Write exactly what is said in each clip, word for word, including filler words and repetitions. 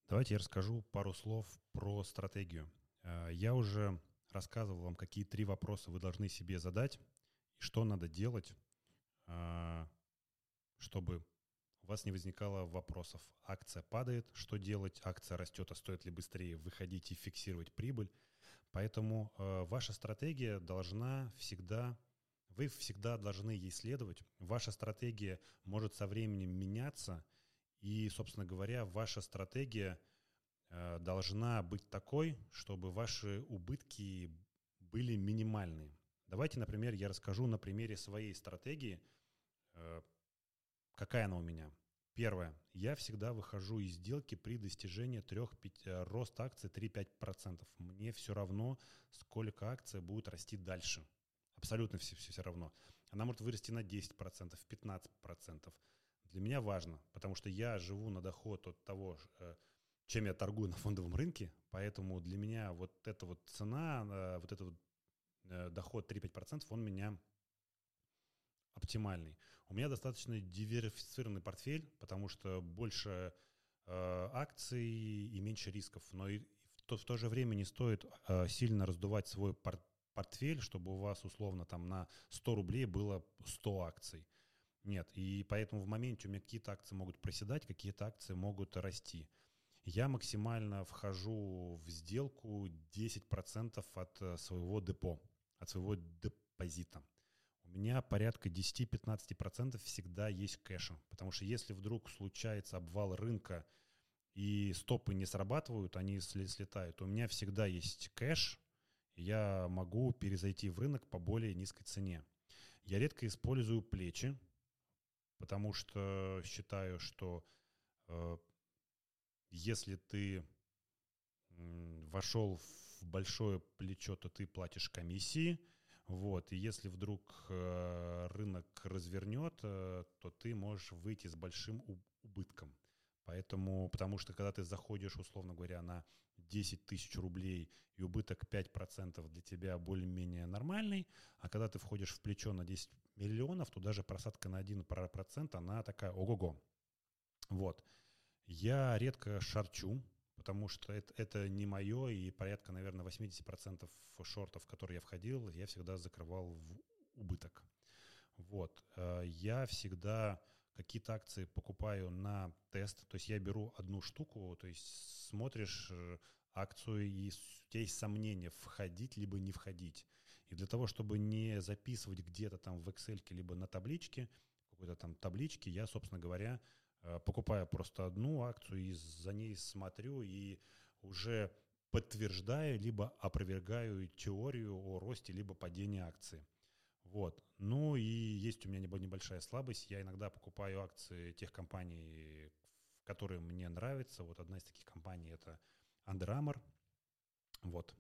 Давайте я расскажу пару слов про стратегию. Э, Я уже рассказывал вам, какие три вопроса вы должны себе задать и что надо делать, а, чтобы у вас не возникало вопросов. Акция падает, что делать? Акция растет, а стоит ли быстрее выходить и фиксировать прибыль? Поэтому э, ваша стратегия должна всегда, вы всегда должны ей следовать. Ваша стратегия может со временем меняться, и, собственно говоря, ваша стратегия э, должна быть такой, чтобы ваши убытки были минимальные. Давайте, например, я расскажу на примере своей стратегии, э, какая она у меня. Первое. Я всегда выхожу из сделки при достижении трех, рост акций три-пять процентов. Мне все равно, сколько акций будет расти дальше. Абсолютно все, все, все равно. Она может вырасти на десять процентов, пятнадцать процентов. Для меня важно, потому что я живу на доход от того, э, чем я торгую на фондовом рынке, поэтому для меня вот эта вот цена, э, вот этот вот э, доход три-пять процентов, он меня оптимальный. У меня достаточно диверсифицированный портфель, потому что больше э, акций и меньше рисков. Но и в то, в то же время не стоит э, сильно раздувать свой пор- портфель, чтобы у вас условно там на сто рублей было сто акций. Нет, и поэтому в моменте у меня какие-то акции могут проседать, какие-то акции могут расти. Я максимально вхожу в сделку десять процентов от э, своего депо, от своего депозита. У меня порядка десять-пятнадцать процентов всегда есть кэша, потому что если вдруг случается обвал рынка и стопы не срабатывают, они сли- слетают, у меня всегда есть кэш, и я могу перезайти в рынок по более низкой цене. Я редко использую плечи, потому что считаю, что э, если ты м, вошел в большое плечо, то ты платишь комиссии. Вот, и если вдруг э, рынок развернет, э, то ты можешь выйти с большим у- убытком. Поэтому, потому что когда ты заходишь, условно говоря, на десять тысяч рублей, и убыток пять процентов для тебя более-менее нормальный, а когда ты входишь в плечо на десять миллионов, то даже просадка на один процент, она такая ого-го. Вот. Я редко шарчу, потому что это, это не мое, и порядка, наверное, восемьдесят процентов шортов, в которые я входил, я всегда закрывал в убыток. Вот. Э, Я всегда какие-то акции покупаю на тест, то есть я беру одну штуку, то есть смотришь э, акцию, и с- у тебя есть сомнения, входить либо не входить. И для того, чтобы не записывать где-то там в Excel, либо на табличке, какой-то там табличке, я, собственно говоря, э, покупаю просто одну акцию и за ней смотрю и уже подтверждаю, либо опровергаю теорию о росте, либо падении акции. Вот. Ну и есть у меня небо- небольшая слабость. Я иногда покупаю акции тех компаний, которые мне нравятся. Вот одна из таких компаний — это Under Armour. Вот.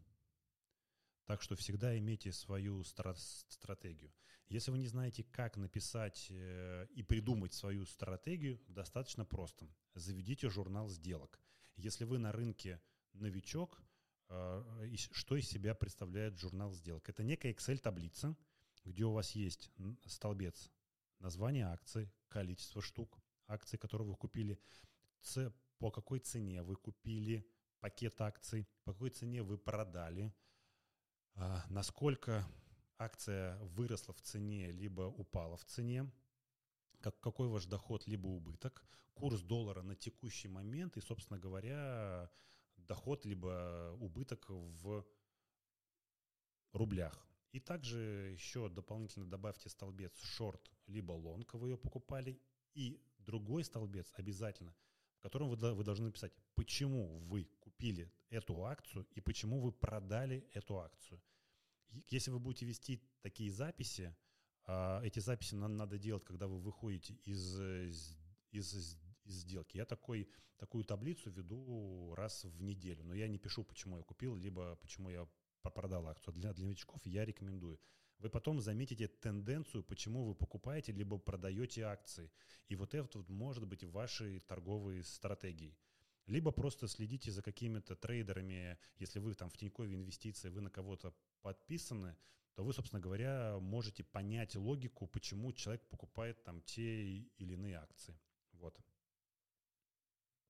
Так что всегда имейте свою стра- стратегию. Если вы не знаете, как написать э, и придумать свою стратегию, достаточно просто. Заведите журнал сделок. Если вы на рынке новичок, э, и с- что из себя представляет журнал сделок? Это некая Excel-таблица, где у вас есть н- столбец название акции, количество штук акций, которые вы купили, ц- по какой цене вы купили пакет акций, по какой цене вы продали, а, насколько акция выросла в цене, либо упала в цене, как, какой ваш доход, либо убыток, курс доллара на текущий момент и, собственно говоря, доход, либо убыток в рублях. И также еще дополнительно добавьте столбец шорт, либо лонг, вы ее покупали, и другой столбец обязательно, в котором вы, вы должны написать, почему вы купили эту акцию и почему вы продали эту акцию. Если вы будете вести такие записи, а, эти записи нам надо делать, когда вы выходите из, из, из, из сделки. Я такой, такую таблицу веду раз в неделю, но я не пишу, почему я купил, либо почему я продал акцию. Для, для новичков я рекомендую. Вы потом заметите тенденцию, почему вы покупаете, либо продаете акции. И вот это вот может быть вашей торговой стратегией. Либо просто следите за какими-то трейдерами, если вы там в Тинькове инвестиции, вы на кого-то подписаны, то вы, собственно говоря, можете понять логику, почему человек покупает там те или иные акции. Вот.